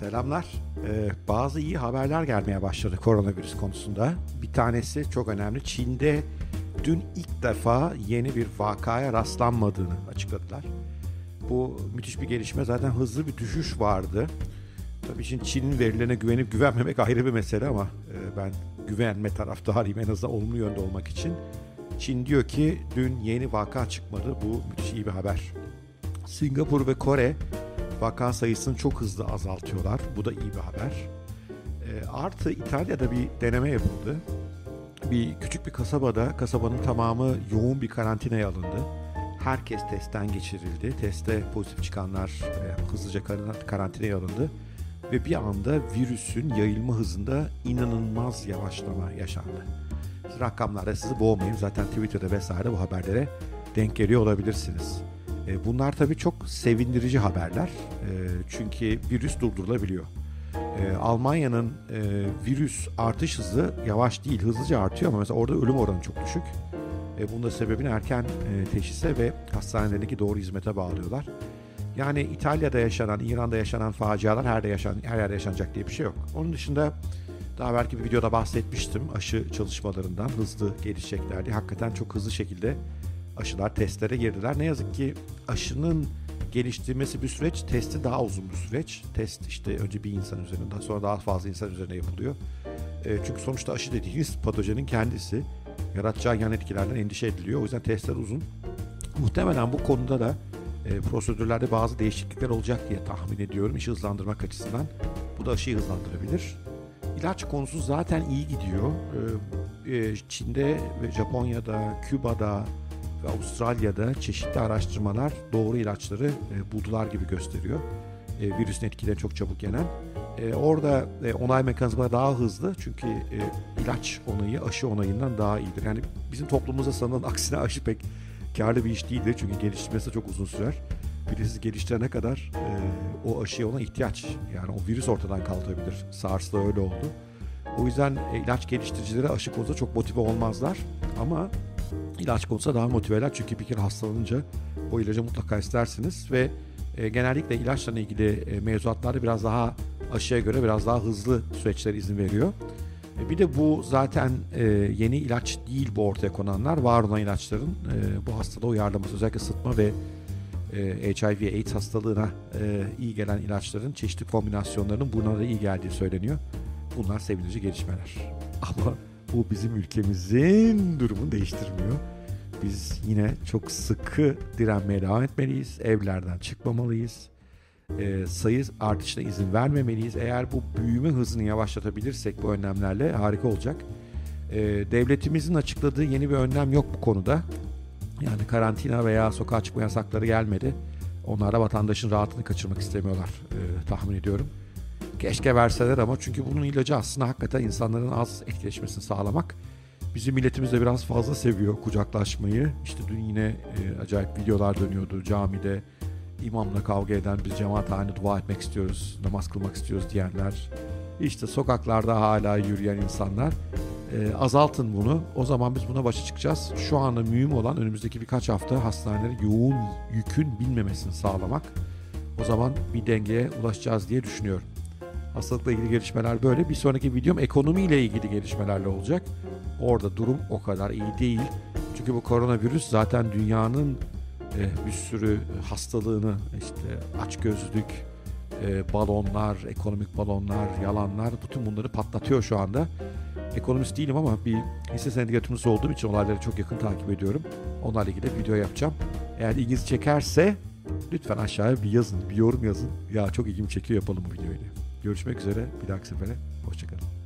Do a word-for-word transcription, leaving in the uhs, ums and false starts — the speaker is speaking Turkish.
Selamlar. Ee, bazı iyi haberler gelmeye başladı koronavirüs konusunda. Bir tanesi çok önemli. Çin'de dün ilk defa yeni bir vakaya rastlanmadığını açıkladılar. Bu müthiş bir gelişme. Zaten hızlı bir düşüş vardı. Tabii şimdi Çin'in verilerine güvenip güvenmemek ayrı bir mesele ama e, ben güvenme taraftarıyım en azından olumlu yönde olmak için. Çin diyor ki dün yeni vaka çıkmadı. Bu müthiş iyi bir haber. Singapur ve Kore vaka sayısını çok hızlı azaltıyorlar. Bu da iyi bir haber. E, artı İtalya'da bir deneme yapıldı. Bir küçük bir kasabada kasabanın tamamı yoğun bir karantinaya alındı. Herkes testten geçirildi. Testte pozitif çıkanlar e, hızlıca karantinaya alındı. Ve bir anda virüsün yayılma hızında inanılmaz yavaşlama yaşandı. Rakamlarda sizi boğmayayım. Zaten Twitter'da vesaire bu haberlere denk geliyor olabilirsiniz. E, bunlar tabii çok sevindirici haberler. E, çünkü virüs durdurulabiliyor. E, Almanya'nın e, virüs artış hızı yavaş değil, hızlıca artıyor ama mesela orada ölüm oranı çok düşük. E, bunun da sebebini erken e, teşhise ve hastanelerindeki doğru hizmete bağlıyorlar. Yani İtalya'da yaşanan, İran'da yaşanan facialar her, de yaşan, her yerde yaşanacak diye bir şey yok. Onun dışında daha belki bir videoda bahsetmiştim aşı çalışmalarından hızlı gelişecekler diye. Hakikaten çok hızlı şekilde aşılar testlere girdiler. Ne yazık ki aşının geliştirmesi bir süreç, testi daha uzun bir süreç. Test işte önce bir insan üzerinde, daha sonra daha fazla insan üzerine yapılıyor. E, çünkü sonuçta aşı dediğiniz patojenin kendisi, yaratacağı yan etkilerden endişe ediliyor. O yüzden testler uzun. Muhtemelen bu konuda da e, prosedürlerde bazı değişiklikler olacak diye tahmin ediyorum işi hızlandırmak açısından. Bu da aşıyı hızlandırabilir. İlaç konusu zaten iyi gidiyor. E, e, Çin'de ve Japonya'da, Küba'da ve Avustralya'da çeşitli araştırmalar doğru ilaçları e, buldular gibi gösteriyor. E, virüsün etkileri çok çabuk yenen. E, orada e, onay mekanizmaları daha hızlı çünkü e, ilaç onayı aşı onayından daha iyidir. Yani bizim toplumumuzda sanılan aksine aşı pek karlı bir iş değildir çünkü geliştirmesi de çok uzun sürer. Birisi geliştirene kadar e, o aşıya ona ihtiyaç, yani o virüs ortadan kaldırabilir. SARS'da öyle oldu. O yüzden e, ilaç geliştiricileri aşı konusunda çok motive olmazlar ama ilaç konusunda daha motiveler çünkü bir kere hastalanınca o ilacı mutlaka istersiniz ve e, genellikle ilaçla ilgili e, mevzuatlarda biraz daha aşıya göre biraz daha hızlı süreçlere izin veriyor. E, bir de bu zaten e, yeni ilaç değil bu ortaya konanlar. Var olan ilaçların e, bu hastalığı uyarlaması, özellikle sıtma ve e, H I V AIDS hastalığına e, iyi gelen ilaçların çeşitli kombinasyonlarının buna da iyi geldiği söyleniyor. Bunlar sevindirici gelişmeler. Ama bu bizim ülkemizin durumunu değiştirmiyor. Biz yine çok sıkı direnmeye devam etmeliyiz. Evlerden çıkmamalıyız. E, sayı artışına izin vermemeliyiz. Eğer bu büyüme hızını yavaşlatabilirsek bu önlemlerle harika olacak. E, devletimizin açıkladığı yeni bir önlem yok bu konuda. Yani karantina veya sokağa çıkma yasakları gelmedi. Onlar da vatandaşın rahatını kaçırmak istemiyorlar e, tahmin ediyorum. Keşke verseler ama çünkü bunun ilacı aslında hakikaten insanların az etkileşmesini sağlamak. Bizim milletimiz de biraz fazla seviyor kucaklaşmayı. İşte dün yine e, acayip videolar dönüyordu camide. İmamla kavga eden, biz cemaat halinde dua etmek istiyoruz, namaz kılmak istiyoruz diyenler. İşte sokaklarda hala yürüyen insanlar. E, azaltın bunu. O zaman biz buna başa çıkacağız. Şu anda mühim olan önümüzdeki birkaç hafta hastanelerin yoğun yükün binmemesini sağlamak. O zaman bir dengeye ulaşacağız diye düşünüyorum. Hastalıkla ilgili gelişmeler böyle. Bir sonraki videom ekonomiyle ilgili gelişmelerle olacak. Orada durum o kadar iyi değil. Çünkü bu koronavirüs zaten dünyanın e, bir sürü hastalığını, işte açgözlülük, e, balonlar, ekonomik balonlar, yalanlar, bütün bunları patlatıyor şu anda. Ekonomist değilim ama bir hisse senedi yatırımcısı olduğum için olayları çok yakın takip ediyorum. Onlarla ilgili video yapacağım. Eğer ilginizi çekerse lütfen aşağıya bir yazın, bir yorum yazın. Ya çok ilgimi çekiyor, yapalım bu videoyu. Görüşmek üzere, bir dahaki sefere. Hoşçakalın.